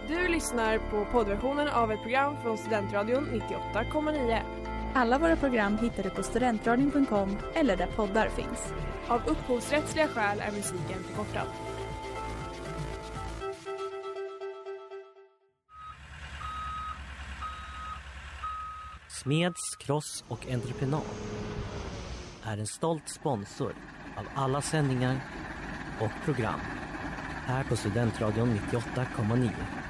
Du lyssnar på poddversionen av ett program från Studentradion 98,9. Alla våra program hittar du på studentradion.com eller där poddar finns. Av upphovsrättsliga skäl är musiken förkortad. Smeds, Cross och Entreprenad är en stolt sponsor av alla sändningar och program här på Studentradion 98,9.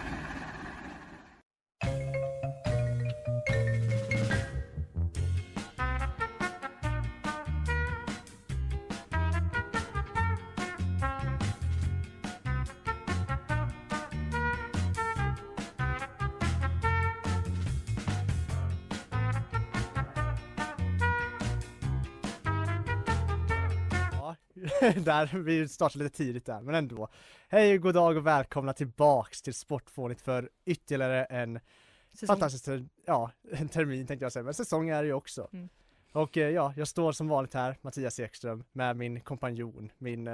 Där, vi startar lite tidigt där, men ändå. Hej, god dag och välkomna tillbaks till Sportfånigt för ytterligare en fantastisk, en termin tänkte jag säga, men säsong är det ju också. Och jag står som vanligt här, Mattias Ekström, med min kompanjon,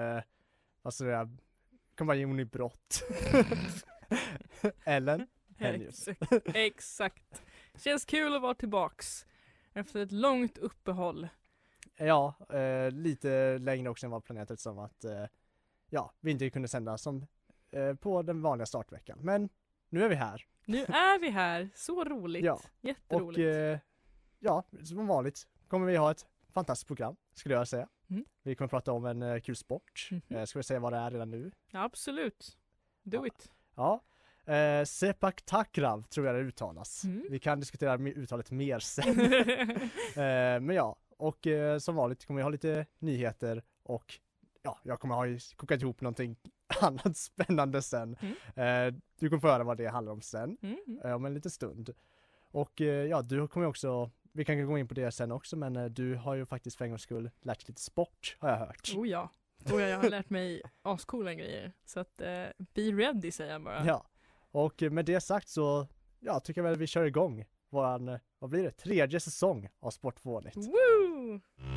kompanjon i brott. Ellen Hennius. Exakt. Känns kul att vara tillbaks efter ett långt uppehåll. Ja, lite längre också än vad planerat som att vi inte kunde sända som på den vanliga startveckan. Men nu är vi här. Nu är vi här. Så roligt. Ja. Jätteroligt. Och som vanligt kommer vi ha ett fantastiskt program, skulle jag säga. Vi kommer prata om en kul sport. Ska vi säga vad det är redan nu? Ja, absolut. Do it. Ja. Sepak Takrav tror jag det uttalas. Vi kan diskutera uttalet mer sen. Men ja. Och som vanligt kommer vi ha lite nyheter och jag kommer ha kokat ihop någonting annat spännande sen. Du kommer få höra vad det handlar om sen om en liten stund. Och du kommer också, vi kan gå in på det sen också, men du har ju faktiskt för en gångs skull lärt dig lite sport, har jag hört. Oh ja, jag har lärt mig ascoola grejer. Så att be ready säger jag bara. Ja, och med det sagt så tycker jag väl vi kör igång våran, vad blir det? 3:e säsong av Sportfånigt. Woo!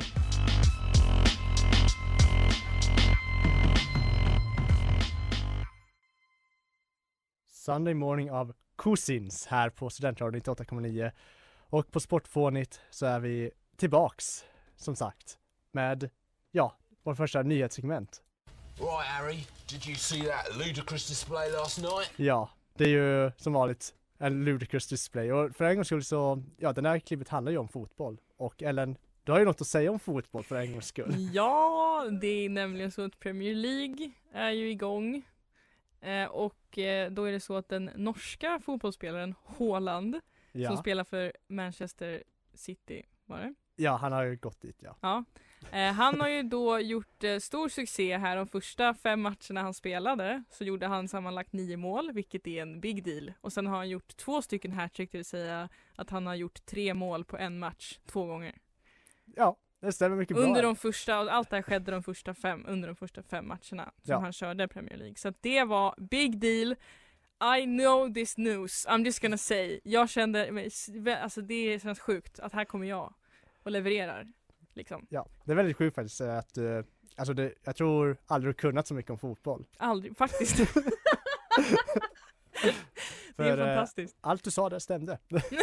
Sunday morning av Cousins här på Studentradion 98,9. Och på Sportfånigt så är vi tillbaks, som sagt, med, vår första nyhetssegment. Right Harry, did you see that ludicrous display last night? Ja, det är ju som vanligt en ludicrous display. Och för en gångs skull så, den här klippet handlar ju om fotboll. Och Ellen, du har ju något att säga om fotboll för en gångs skull. Ja, det är nämligen så att Premier League är ju igång. Och då är det så att den norska fotbollsspelaren Haaland, som spelar för Manchester City, var det? Ja, han har ju gått dit, ja. Han har ju då gjort stor succé här de första 5 matcherna han spelade. Så gjorde han sammanlagt 9 mål, vilket är en big deal. Och sen har han gjort 2 stycken hattrick, det vill säga att han har gjort 3 mål på en match 2 gånger. Ja, det stämmer mycket bra. Under de första, allt det här skedde under de första 5 matcherna som han körde Premier League. Så det var big deal. I know this news, I'm just gonna say. Jag kände mig, alltså det känns sjukt att här kommer jag och levererar. Liksom. Ja, det är väldigt sjukt faktiskt att jag tror aldrig du kunnat så mycket om fotboll. Aldrig, faktiskt. Det är fantastiskt. Allt du sa där stämde.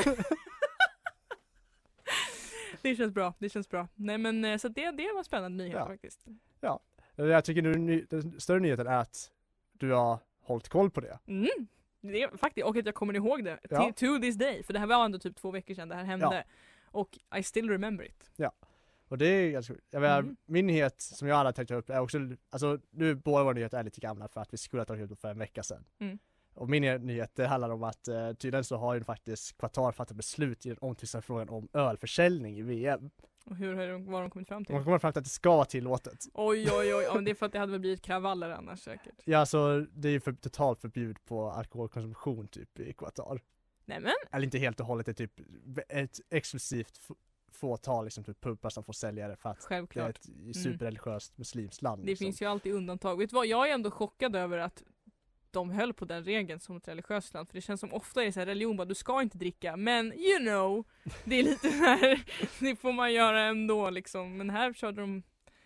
Det känns bra. Nej men så det var spännande nyhet faktiskt. Ja, jag tycker nu den större nyheten är att du har hållit koll på det. Det är faktiskt, och att jag kommer ihåg det to this day. För det här var ändå typ 2 veckor sedan det här hände. Ja. Och I still remember it. Ja. Och det är min nyhet som jag hade tänkt ta upp är också, alltså nu båda våra nyheter är lite gamla för att vi skulle ha tagit upp för en vecka sedan. Och min nyhet det handlar om att tydligen så har ju faktiskt Qatar fattat beslut i den omtvistade frågan om ölförsäljning i VM. Och vad har de kommit fram till? De har kommit fram till att det ska vara tillåtet. Oj, ja, men det är för att det hade väl blivit kravaller annars säkert. Ja, så det är ju totalt förbjud på alkoholkonsumtion typ i Qatar. Nämen? Eller inte helt och hållet, det är typ ett exklusivt fåtal liksom typ pubbar som får sälja det för att självklart. Det är ett superreligiöst muslimskt land. Det liksom. Finns ju alltid undantag. Vet du vad, jag är ändå chockad över att de höll på den regeln som ett religiöst land. För det känns som ofta är det så här, religion bara, du ska inte dricka. Men you know, det är lite här, det får man göra ändå liksom. Men här körde de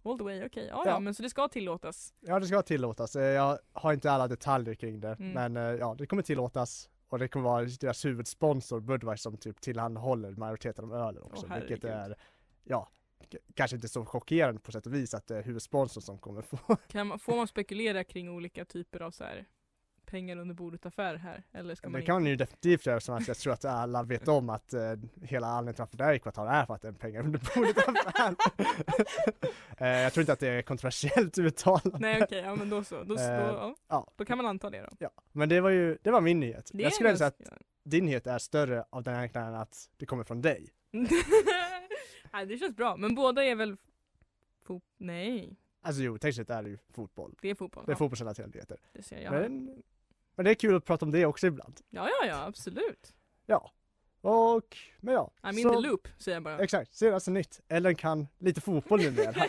All the way, okej. Ja. Ja, men så det ska tillåtas. Ja, det ska tillåtas. Jag har inte alla detaljer kring det, men ja, det kommer tillåtas. Och det kommer vara deras huvudsponsor Budweiser som typ tillhandahåller majoriteten av ölen också. Vilket är, ja, kanske inte så chockerande på sätt och vis att det är huvudsponsorn som kommer få. Får man spekulera kring olika typer av så här pengar under bordet affär här? Eller ska man det kan man ju definitivt göra, som att jag tror att alla vet om att hela anledningen till det här kvartalet är för att det är pengar under bordet affär. Jag tror inte att det är kontroversiellt uttalat. Nej, okej, ja, men då så. Då kan man anta det då. Ja, men det var min nyhet. Jag skulle säga att ja. din nyhet är större av den enkla än att det kommer från dig. Nej, det känns bra. Men båda är väl nej. Alltså jo, tekniskt sett är det ju fotboll. Det är fotboll. Det är fotbollsrelaterade nyheter. Det ser jag. Men det är kul att prata om det också ibland. Ja, absolut. Ja. Men ja. I'm in the loop, säger jag bara. Exakt, senaste nytt. Ellen kan lite fotboll nu mer.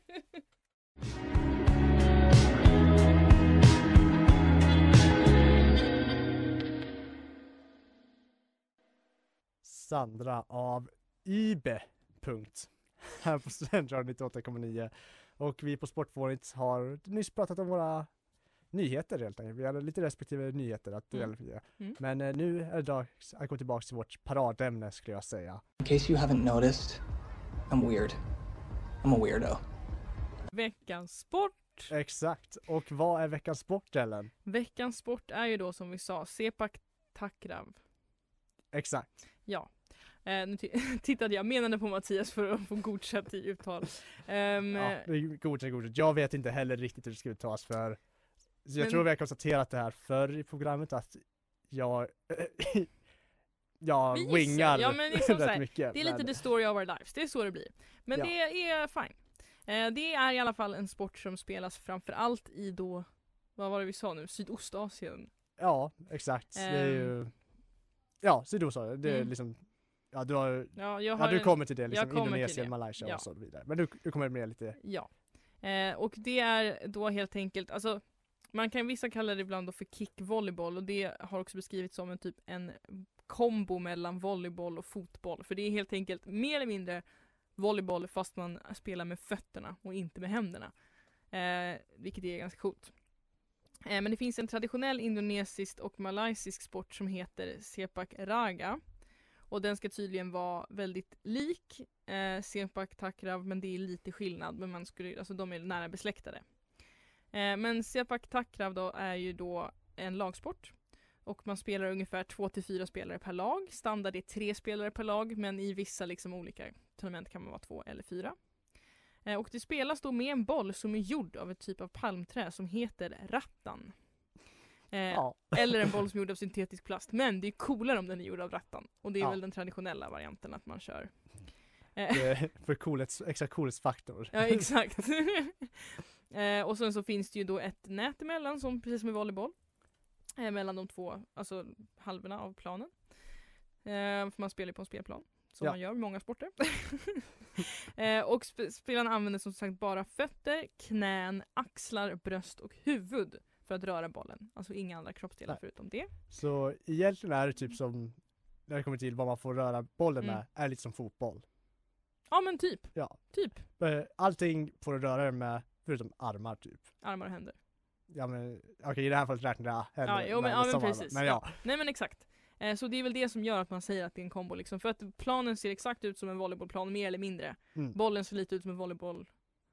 Sandra av IBE. Här på Studentradion 98,9. Och vi på Sportfånigt har nyss pratat om våra nyheter helt enkelt. Vi hade lite respektive nyheter att dela. Men nu är det dags att gå tillbaka till vårt paradämne, skulle jag säga. In case you haven't noticed, I'm weird. I'm a weirdo. Veckans sport. Exakt. Och vad är veckans sport, Ellen? Veckans sport är ju då, som vi sa, Sepak Takrav. Exakt. Ja. Nu tittade jag menade på Mattias för att få godkänt i uttal. Ja, det är godkänt. Jag vet inte heller riktigt hur det ska uttalas för. Så jag tror vi har konstaterat det här förr i programmet att jag wingar rätt mycket. Det är lite the story of our lives. Det är så det blir. Men det är fine. Det är i alla fall en sport som spelas framförallt i då, vad var det vi sa nu? Sydostasien. Ja, exakt. Det är ju Sydostasien. Det är liksom du kommer till det liksom, Indonesien, Malaysia och så vidare. Men du kommer med lite. Ja. Och det är då helt enkelt, alltså vissa kallar det ibland då för kickvolleyboll, och det har också beskrivits som en kombo mellan volleyboll och fotboll. För det är helt enkelt mer eller mindre volleyboll fast man spelar med fötterna och inte med händerna. Vilket är ganska coolt. Men det finns en traditionell indonesisk och malaysisk sport som heter Sepak Raga. Och den ska tydligen vara väldigt lik Sepak Takrav, men det är lite skillnad. Men de är nära besläktade. Men Sepak Takrav då är ju då en lagsport. Och man spelar ungefär 2-4 spelare per lag. Standard är 3 spelare per lag, men i vissa liksom olika tournament kan man vara 2 eller 4. Och det spelas då med en boll som är gjord av ett typ av palmträ som heter rattan. Eller en boll som är gjord av syntetisk plast. Men det är coolare om den är gjord av rattan. Och det är väl den traditionella varianten att man kör. För extra coolhetsfaktor. Ja, exakt. Och sen så finns det ju då ett nät emellan, som precis som i volleyboll. Mellan de två, alltså halvorna av planen. För man spelar ju på en spelplan. Som man gör i många sporter. Och spelarna använder som sagt bara fötter, knän, axlar, bröst och huvud för att röra bollen. Alltså inga andra kroppsdelar förutom det. Så egentligen är det typ som, när det kommer till vad man får röra bollen med, är lite som fotboll. Ja, men typ. Ja. Typ. Allting får du röra dig med förutom armar typ. Armar och händer. Ja, men okej, i det här fallet räknar jag händer. Men precis. Men ja. Nej, men exakt. Så det är väl det som gör att man säger att det är en kombo liksom. För att planen ser exakt ut som en volleybollplan, mer eller mindre. Bollen ser lite ut som en volleyboll.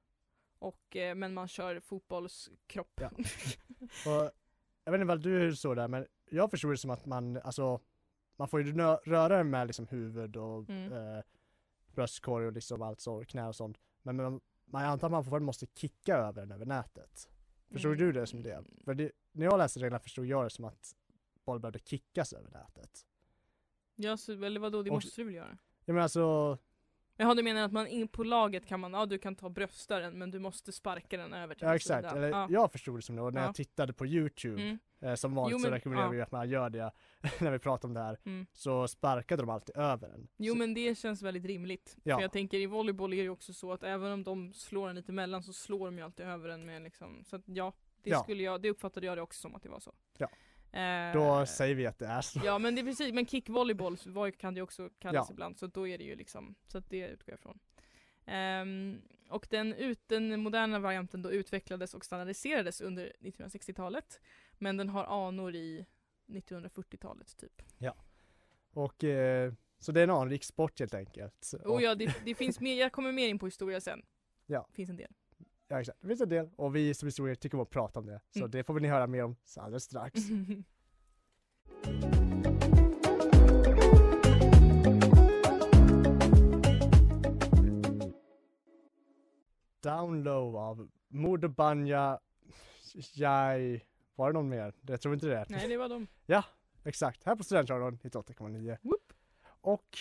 Men man kör fotbollskropp. Ja. Och, jag vet inte vad du så där, men jag förstår det som att man får ju röra med liksom huvud och bröstkorg och liksom allt så, knä och sånt. Men man antar att man fortfarande måste kicka över den över nätet. Förstår du det som det? För när jag läste reglerna förstod jag det som att bollen började kickas över nätet. Ja, eller vadå? Det måste du väl göra? Ja, men alltså... Jaha, du menar att man in på laget kan man, du kan ta bröstaren, men du måste sparka den över till Ja, exakt. Eller, jag förstod det som det, och när jag tittade på YouTube, som vanligt så rekommenderar vi att man gör det när vi pratar om det här, så sparkade de alltid över den. Jo, men det känns väldigt rimligt. Ja. För jag tänker, i volleyboll är det ju också så att även om de slår den lite emellan så slår de ju alltid över den med liksom, så att det uppfattade jag det också som att det var så. Ja. Då säger vi att det är så. Ja, men det är precis, men kickvolleyboll kan det också kallas ibland, så då är det ju liksom, så att det utgår jag ifrån. Och den moderna varianten då utvecklades och standardiserades under 1960-talet. Men den har anor i 1940-talet typ. Ja. Och så det är en anrik sport helt enkelt. Och ja, det finns mer, jag kommer mer in på historia sen. Ja. Det finns en del. Ja, exakt. Det finns en del och vi som historiker tycker om att prata om det. Så det får ni höra mer om så alldeles strax. Down Low av Moder Banja Jai. Var det någon mer? Jag tror inte det. Nej, det var de. Ja, exakt. Här på Studentradion 98,9. Whoop. Och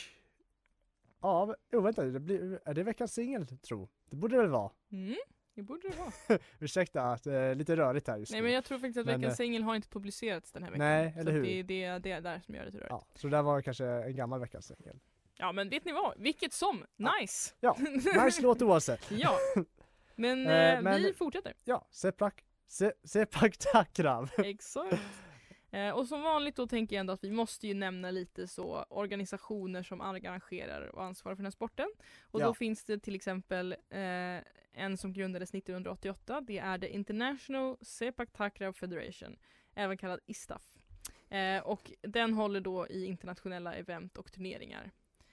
ja, vänta, är det veckans singel, tror? Det borde det väl vara. Det borde det vara. Ursäkta att lite rörigt här just nu. Nej, men jag tror faktiskt att veckans singel har inte publicerats den här veckan. Nej, eller hur? Så det är där som gör det rörigt. Ja, så det där var kanske en gammal veckans singel. Ja, men vet ni vad? Vilket som? Nice! Ja, nice låt oavsett. Ja, men, vi fortsätter. Ja, Sepak Takrav. Exakt. Och som vanligt då tänker jag ändå att vi måste ju nämna lite så organisationer som arrangerar och ansvarar för den här sporten. Och då finns det till exempel en som grundades 1988. Det är The International Sepak Takrav Federation, även kallad ISTAF. Och den håller då i internationella event och turneringar.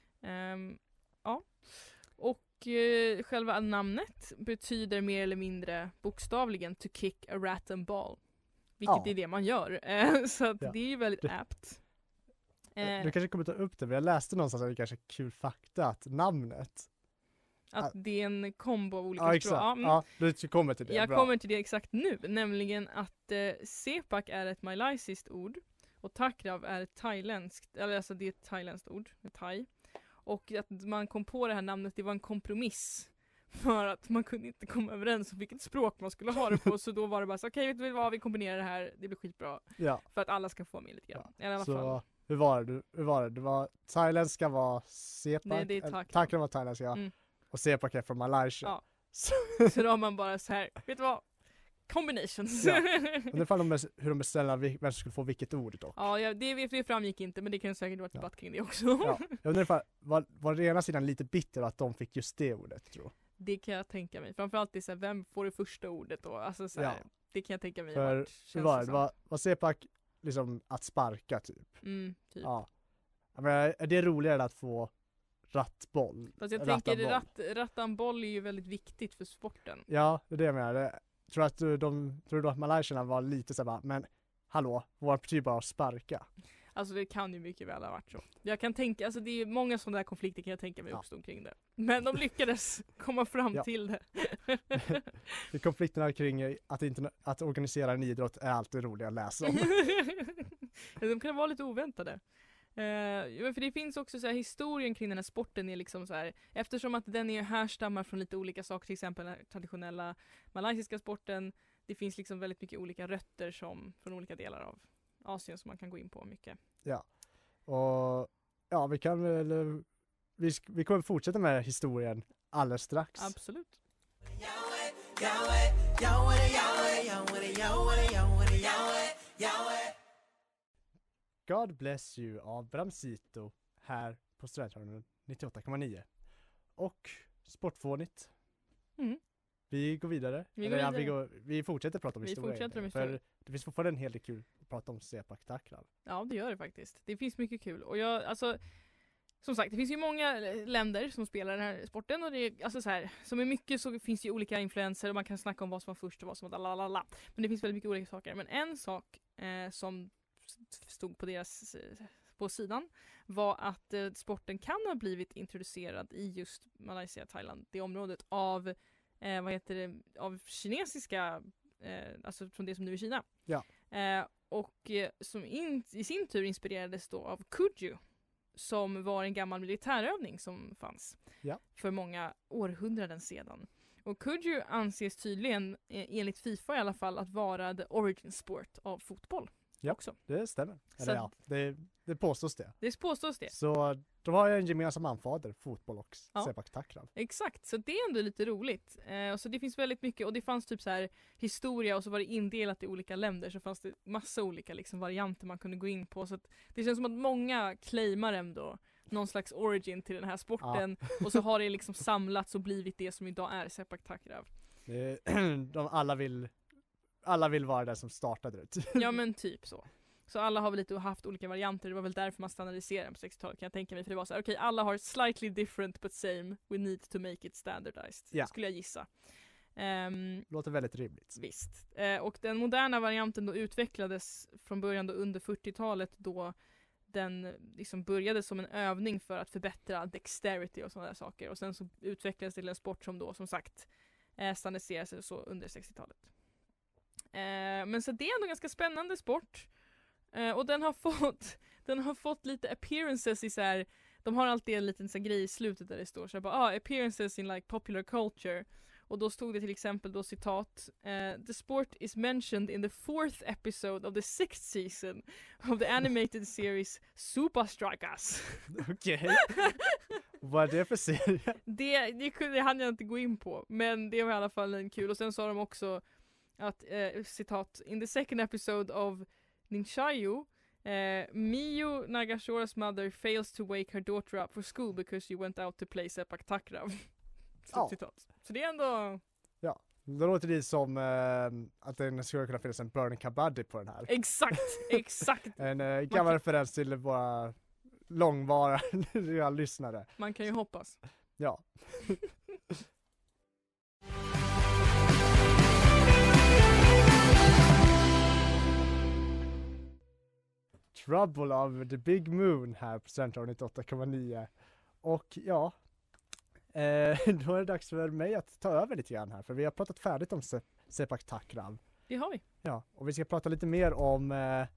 Ja. Och själva namnet betyder mer eller mindre bokstavligen to kick a rat and ball. Vilket är det man gör. Så att det är ju väldigt apt. Du kanske kommer ta upp det, men jag läste någonstans att det kanske är kul fakta att namnet. Att det är en kombo av olika språk. Exakt. Ja, du kommer till det. Jag kommer till det exakt nu. Nämligen att sepak är ett malaysiskt ord. Och takrav är ett thailändskt, eller alltså det är ett thailändskt ord, thai. Och att man kom på det här namnet, det var en kompromiss. För att man kunde inte komma överens om vilket språk man skulle ha det på. Så då var det bara så, okej, vet du vad, vi kombinerar det här, det blir skitbra. Ja. För att alla ska få med lite grann. I alla så fall. Hur var det? Det var thailändska var sepak. Nej, det är takrav var thailändska. Och sepak är från Malaysia. Ja. Så då har man bara så här, vet du vad? Combinations. Ja. Undrar hur de bestämmer vem som skulle få vilket ord dock. Ja, det framgick inte, men det kan säkert vara ett debatt kring det också. Ja. Jag undrar var det ena sidan lite bitter att de fick just det ordet, tror jag. Det kan jag tänka mig. Framförallt det så här, vem får det första ordet då? Alltså så här, det kan jag tänka mig. För det var sepak liksom att sparka typ. Typ. Ja. Men är det roligare att få rattboll? Fast jag tänker rattanboll är ju väldigt viktigt för sporten. Ja, det är det jag menar. Tror du att malaysierna var lite så här, men hallå, vårt betyder bara att sparka. Alltså det kan ju mycket väl ha varit så. Jag kan tänka, alltså det är många sådana där konflikter kan jag tänka mig uppstod kring det. Men de lyckades komma fram till det. Konflikterna kring att organisera en idrott är alltid roliga att läsa om. De kan vara lite oväntade. För det finns också så här, historien kring den här sporten är liksom så här, eftersom att den är härstammar från lite olika saker, till exempel den traditionella malaysiska sporten. Det finns liksom väldigt mycket olika rötter som från olika delar av Asien som man kan gå in på mycket. Ja. Och ja, vi kan väl vi kommer fortsätta med historien alldeles strax. Absolut. God Bless You av Bramsito här på Studentradion 98,9. Och sportfånigt. Vi går vidare. Vi fortsätter prata om historia. För det finns fortfarande en hel del kul att prata om sepak takrav. Ja, det gör det faktiskt. Det finns mycket kul. Och som sagt, det finns ju många länder som spelar den här sporten. Och det är, alltså så här, som är mycket så finns det ju olika influenser och man kan snacka om vad som var först och vad som var lalala. Men det finns väldigt mycket olika saker. Men en sak som stod på sidan var att sporten kan ha blivit introducerad i just Malaysia, Thailand, det området av av kinesiska, alltså från det som nu är Kina. Ja. Och som i sin tur inspirerades då av Kuju, som var en gammal militärövning som fanns för många århundraden sedan. Och Kuju anses tydligen, enligt FIFA i alla fall, att vara the origin sport av fotboll. Ja, också. Det stämmer. Det påstås det. Det påstås det. Så de har ju en gemensam anfader, fotboll och sepak takrav. Exakt, så det är ändå lite roligt. Så det finns väldigt mycket, och det fanns typ så här historia och så var det indelat i olika länder, så fanns det massa olika liksom varianter man kunde gå in på. Så att det känns som att många claimar ändå någon slags origin till den här sporten och så har det liksom samlats och blivit det som idag är Sepak Takraw. Alla vill vara det som startade det. Ja men typ så. Så alla har väl lite haft olika varianter. Det var väl därför man standardiserade på 60-talet kan jag tänka mig. För det var så här, okej, alla har slightly different but same. We need to make it standardized. Ja. Skulle jag gissa. Låter väldigt rimligt. Visst. Och den moderna varianten då utvecklades från början då under 40-talet då den liksom började som en övning för att förbättra dexterity och sådana där saker. Och sen så utvecklades det till en sport som då som sagt standardiserades så under 60-talet. Men så det är ändå en ganska spännande sport. Och den har fått lite appearances i så här, de har alltid en liten så här grej i slutet där det står så här bara, appearances in like popular culture. Och då stod det till exempel då citat the sport is mentioned in the 4th episode of the 6th season of the animated series Super Strikers. Okej. Vad är det för serie? Det hann jag inte gå in på, men det var i alla fall en kul. Och sen sa de också att citat in the second episode of Ninjayo Miyu Nagashora's mother fails to wake her daughter up for school because she went out to play Sepak Takraw. Citat. Så det är ändå... Ja, då låter det som att det skulle kunna finnas en Burning Kabaddi på den här. Exakt. En gammal referens till våra långvariga lyssnare. Man kan ju hoppas. Ja. Trouble of the Big Moon här på Studentradion 98,9. Och ja, då är det dags för mig att ta över lite grann här. För vi har pratat färdigt om Sepak Takraw. Det har vi. Ja, och vi ska prata lite mer om,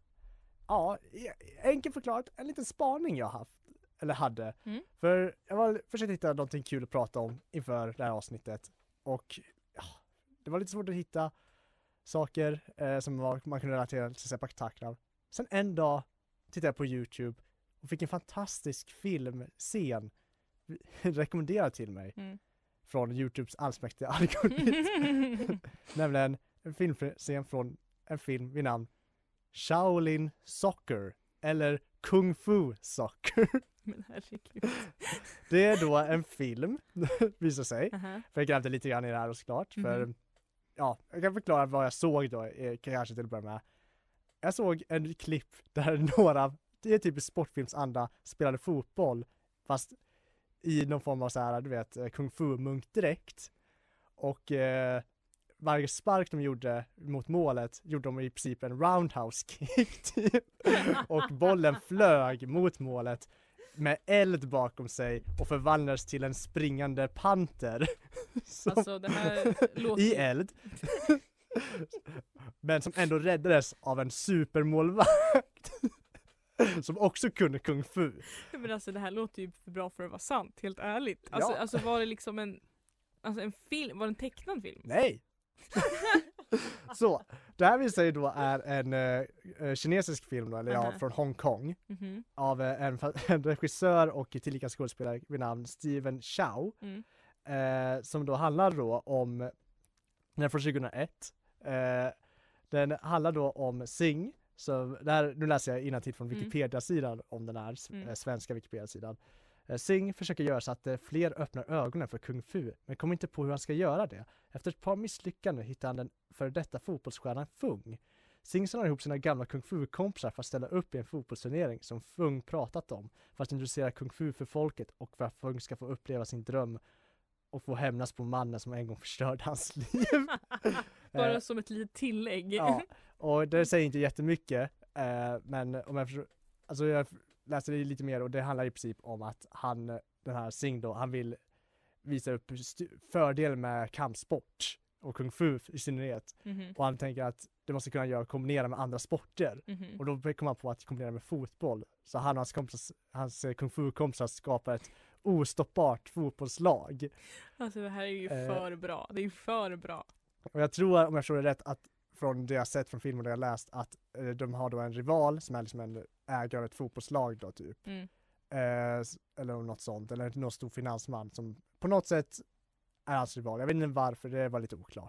enkelt förklarat, en liten spaning jag hade. För jag försökte hitta någonting kul att prata om inför det här avsnittet. Och det var lite svårt att hitta saker som man kunde relatera till Sepak Takraw. Sen en dag tittade jag på YouTube och fick en fantastisk filmscen rekommenderad till mig från YouTubes allsmäktiga algoritm. Nämligen en filmscen från en film vid namn Shaolin Soccer eller Kung Fu Soccer. Men herregud. Det är då en film, visar sig. För jag grävde lite grann i det här och såklart. För jag kan förklara vad jag såg då, kanske till att börja med. Jag såg en klipp där det är typ sportfilmsanda, spelade fotboll fast i någon form av så här, du vet, kung fu-munk direkt. Och varje spark de gjorde mot målet gjorde de i princip en roundhouse kick typ. Och bollen flög mot målet med eld bakom sig och förvandlades till en springande panter. Alltså det här låter... I eld. Men som ändå räddades av en supermålvakt. Som också kunde kung fu. Men alltså det här låter ju för bra för att vara sant, helt ärligt. Alltså var det liksom en film, var det en tecknad film? Nej! Så, det här visar ju då är en kinesisk film då, eller från Hongkong. Av en regissör och tillika skådespelare vid namn Steven Chow. Som då handlar då om, den är från 2001. Den handlar då om Sing. Så nu läser jag innantill från Wikipedia-sidan om den här svenska Wikipedia-sidan. Sing försöker göra så att fler öppnar ögonen för kung fu, men kommer inte på hur han ska göra det. Efter ett par misslyckanden hittar han den för detta fotbollsstjärnan Fung. Sing samlar ihop sina gamla kung fu-kompisar för att ställa upp i en fotbollsturnering som Fung pratat om, för att introducera kung fu för folket och för att Fung ska få uppleva sin dröm och få hämnas på mannen som en gång förstörde hans liv. Bara som ett litet tillägg. Ja, och det säger inte jättemycket, men om jag läste det lite mer och det handlar i princip om att den här Sing då, han vill visa upp fördel med kampsport och kung fu i synnerhet. Och han tänker att det måste kunna kombinera med andra sporter. Och då kommer han på att kombinera med fotboll. Så han och hans kung fu-kompisar skapar ett ostoppbart fotbollslag. Alltså det här är ju för bra. Det är ju för bra. Och jag tror, om jag förstår det rätt, att från det jag sett från filmen och det jag läst, att de har då en rival som är liksom en ägare av ett fotbollslag då typ. Eller något sånt. Eller någon stor finansman som på något sätt är hans rival. Jag vet inte varför, det var lite oklart.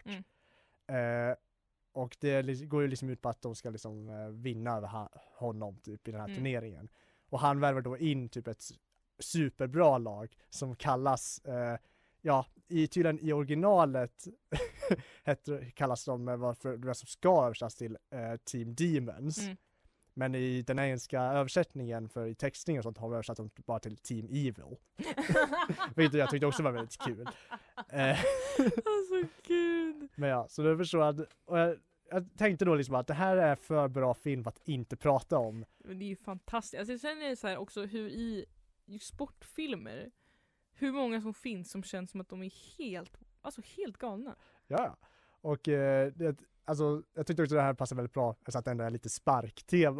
Och det går ju liksom ut på att de ska liksom vinna över honom typ i den här turneringen. Och han värvar då in typ ett superbra lag som kallas tydligen i originalet kallas de varför det som ska översättas till Team Demons. Men i den engelska översättningen i textningen och sånt har vi översatt dem bara till Team Evil. Vilket jag tyckte också var väldigt kul. Alltså gud. Men ja, så du förstår att jag tänkte då liksom att det här är för bra film för att inte prata om. Men det är ju fantastiskt. Alltså sen är det så här också hur i sportfilmer hur många som finns som känns som att de är helt galna. Ja. Och jag tyckte också det här passar väldigt bra. Så att det ändå är lite sparktema.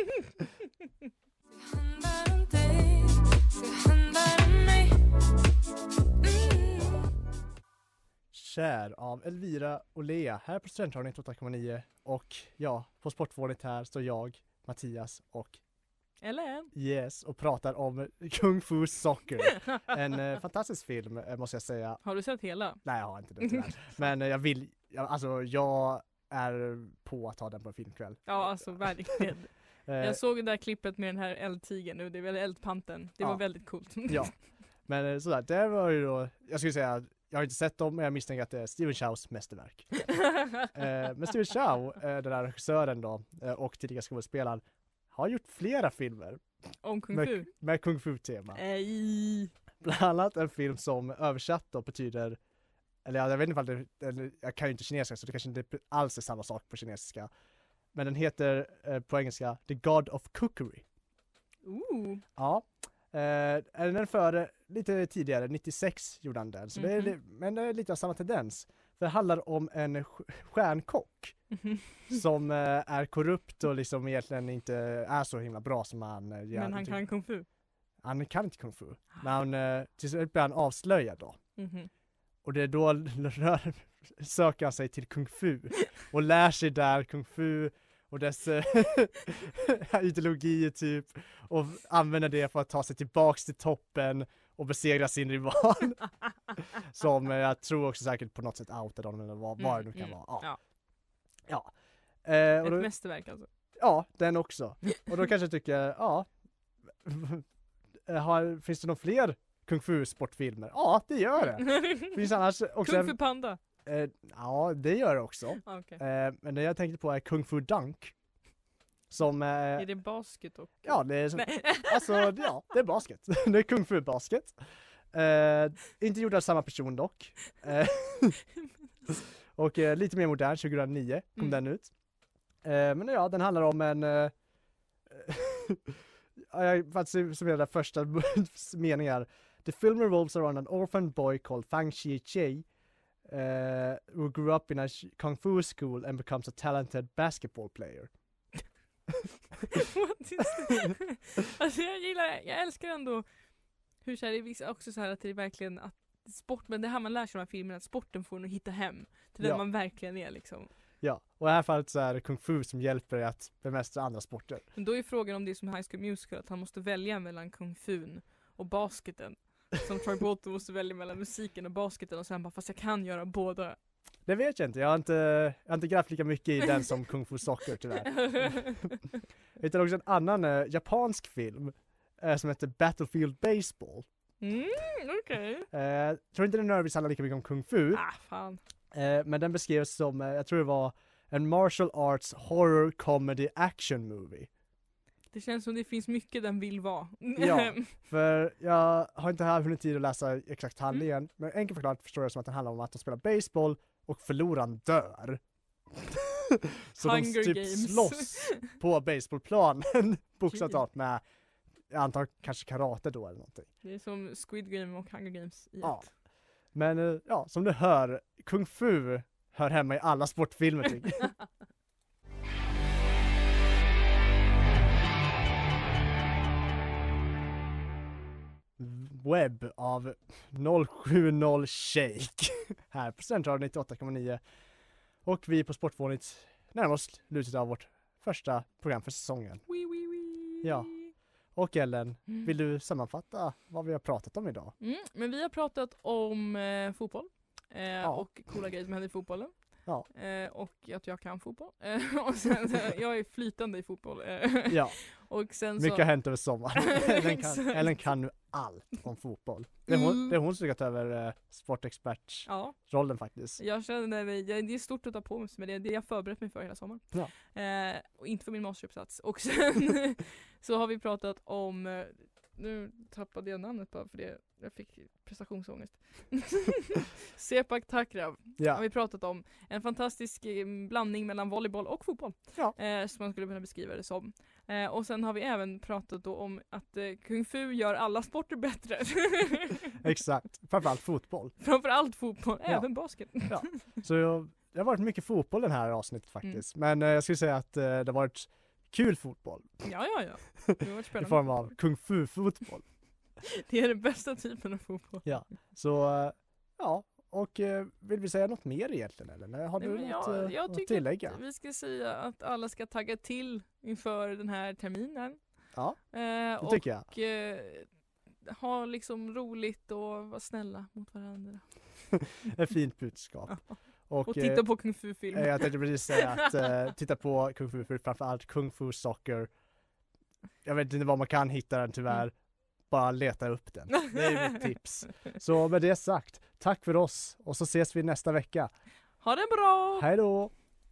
Kär av Elvira och Lea här på Studentradion 8,9 och på Sportvårdet här står jag, Mattias och Ellen. Yes, och pratar om Kung Fu Soccer. En fantastisk film måste jag säga. Har du sett hela? Nej, jag har inte det tyvärr. Men jag är på att ta den på en filmkväll. Ja, alltså verkligen. Jag såg det där klippet med den här eldtigern nu, det är väl eldpanten. Det var väldigt coolt. Ja, men sådär, det var ju då, jag skulle säga, jag har inte sett dem, men jag misstänker att det är Steven Chows mästerverk. Men Steven Chow, den där regissören då, och tidigare skådespelaren, har gjort flera filmer. Om Kung Fu? Med Kung Fu-tema. Ej. Bland annat en film som översatt då betyder, eller jag vet inte om jag kan ju inte kinesiska så det kanske inte alls är samma sak på kinesiska. Men den heter på engelska The God of Cookery. Ja. Den före lite tidigare, 96 gjorde han den. Så det är lite av samma tendens. Det handlar om en stjärnkock som är korrupt och liksom egentligen inte är så himla bra som han gör. Men han kan Kung Fu? Han kan inte Kung Fu. Men till slut blir han avslöjad då. Och det är då söker han sig till Kung Fu och lär sig där Kung Fu och dess ideologier typ och använder det för att ta sig tillbaks till toppen och besegra sin rival. Som jag tror också säkert på något sätt outade honom eller vad det nu kan vara. Ja. Ett mästerverk alltså. Ja, den också. Och då kanske jag tycker, finns det någon fler Kung Fu-sportfilmer? Ja, det gör det. Finns annars också Kung Fu Panda? Ja, det gör det också. Okay. Men det jag tänkte på är Kung Fu Dunk. Som, är det basket och? Ja, det är det är basket. Det är Kung Fu basket. Inte gjord av samma person dock. Och lite mer modern, 2009 kom den ut. Men ja, den handlar om en för att summera den första meningar. The film revolves around an orphan boy called Fang Chi-Chie who grew up in a kung fu school and becomes a talented basketball player. Alltså jag älskar ändå hur så här, det visar också så här att det är verkligen att sport, men det här man lär sig av de här filmerna, att sporten får en att hitta hem till den man verkligen är liksom. Ja, och i det här fallet så är det Kung Fu som hjälper dig att bemästra andra sporter. Men då är frågan om det är som High School Musical, att han måste välja mellan Kung Fun och basketen. Som Troy Bolton måste välja mellan musiken och basketen och sen bara, fast jag kan göra båda. Det vet jag inte, jag har inte grävt lika mycket i den som Kung Fu Soccer tyvärr. Jag hittade också en annan japansk film som heter Battlefield Baseball. Okej. Tror inte den nödvändigtvis handlar lika mycket om Kung Fu. Fan. Men den beskrevs som, jag tror det var en martial arts horror comedy action movie. Det känns som det finns mycket den vill vara. Ja, för jag har inte hunnit tid att läsa exakt handlingen. Men enkelt förklarat förstår jag som att den handlar om att de spelar baseball och förloraren dör. Så Hunger de typ Games. slåss på baseballplanen bokstavligt med, jag antar kanske karate då eller någonting. Det är som Squid Game och Hunger Games i ett. Men som du hör, Kung Fu hör hemma i alla sportfilmer tycker jag. Webb av 070 Shake här på Studentradion 98,9 och vi på Sportvånigt närmar oss slutet av vårt första program för säsongen. Ja. Och Ellen, vill du sammanfatta vad vi har pratat om idag? Men vi har pratat om fotboll och coola grejer som händer i fotbollen. Ja. Och att jag kan fotboll. Och sen, jag är flytande i fotboll. Ja. Och sen Mycket så... har hänt över sommaren. Ellen kan nu allt om fotboll. Det är hon som ska ta över sportexpertrollen faktiskt. Jag känner mig, det är stort att ta på mig, men det är det jag förberett mig för hela sommaren. Ja. Och inte för min masteruppsats. Och sen så har vi pratat om, nu tappade jag namnet bara för det, jag fick prestationsångest. Sepak Takrav har vi pratat om. En fantastisk blandning mellan volleyboll och fotboll. Ja. Som man skulle kunna beskriva det som. Och sen har vi även pratat då om att Kung Fu gör alla sporter bättre. Exakt, framförallt fotboll. Framförallt fotboll, även basket. Ja. Så det har varit mycket fotboll den här avsnittet faktiskt. Men jag skulle säga att det har varit kul fotboll. Ja. Det har varit spännande. I form av Kung Fu-fotboll. Det är den bästa typen av fotboll. Ja, så och vill vi säga något mer egentligen eller? Har du något att tillägga? Vi ska säga att alla ska tagga till inför den här terminen. Ja, det tycker jag. Och ha liksom roligt och vara snälla mot varandra. Ett fint budskap. Och titta på Kung Fu-filmer. Jag tänkte precis säga att titta på Kung Fu, framförallt Kung Fu Soccer. Jag vet inte var man kan hitta den tyvärr. Bara leta upp den. Det är mitt tips. Så med det sagt, tack för oss och så ses vi nästa vecka. Ha det bra! Hej då!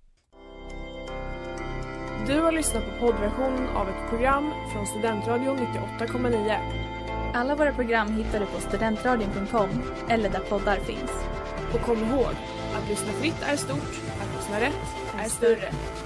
Du har lyssnat på poddversion av ett program från Studentradion 98,9. Alla våra program hittar du på studentradion.com eller där poddar finns. Och kom ihåg, att lyssna fritt är stort, att lyssna rätt är större.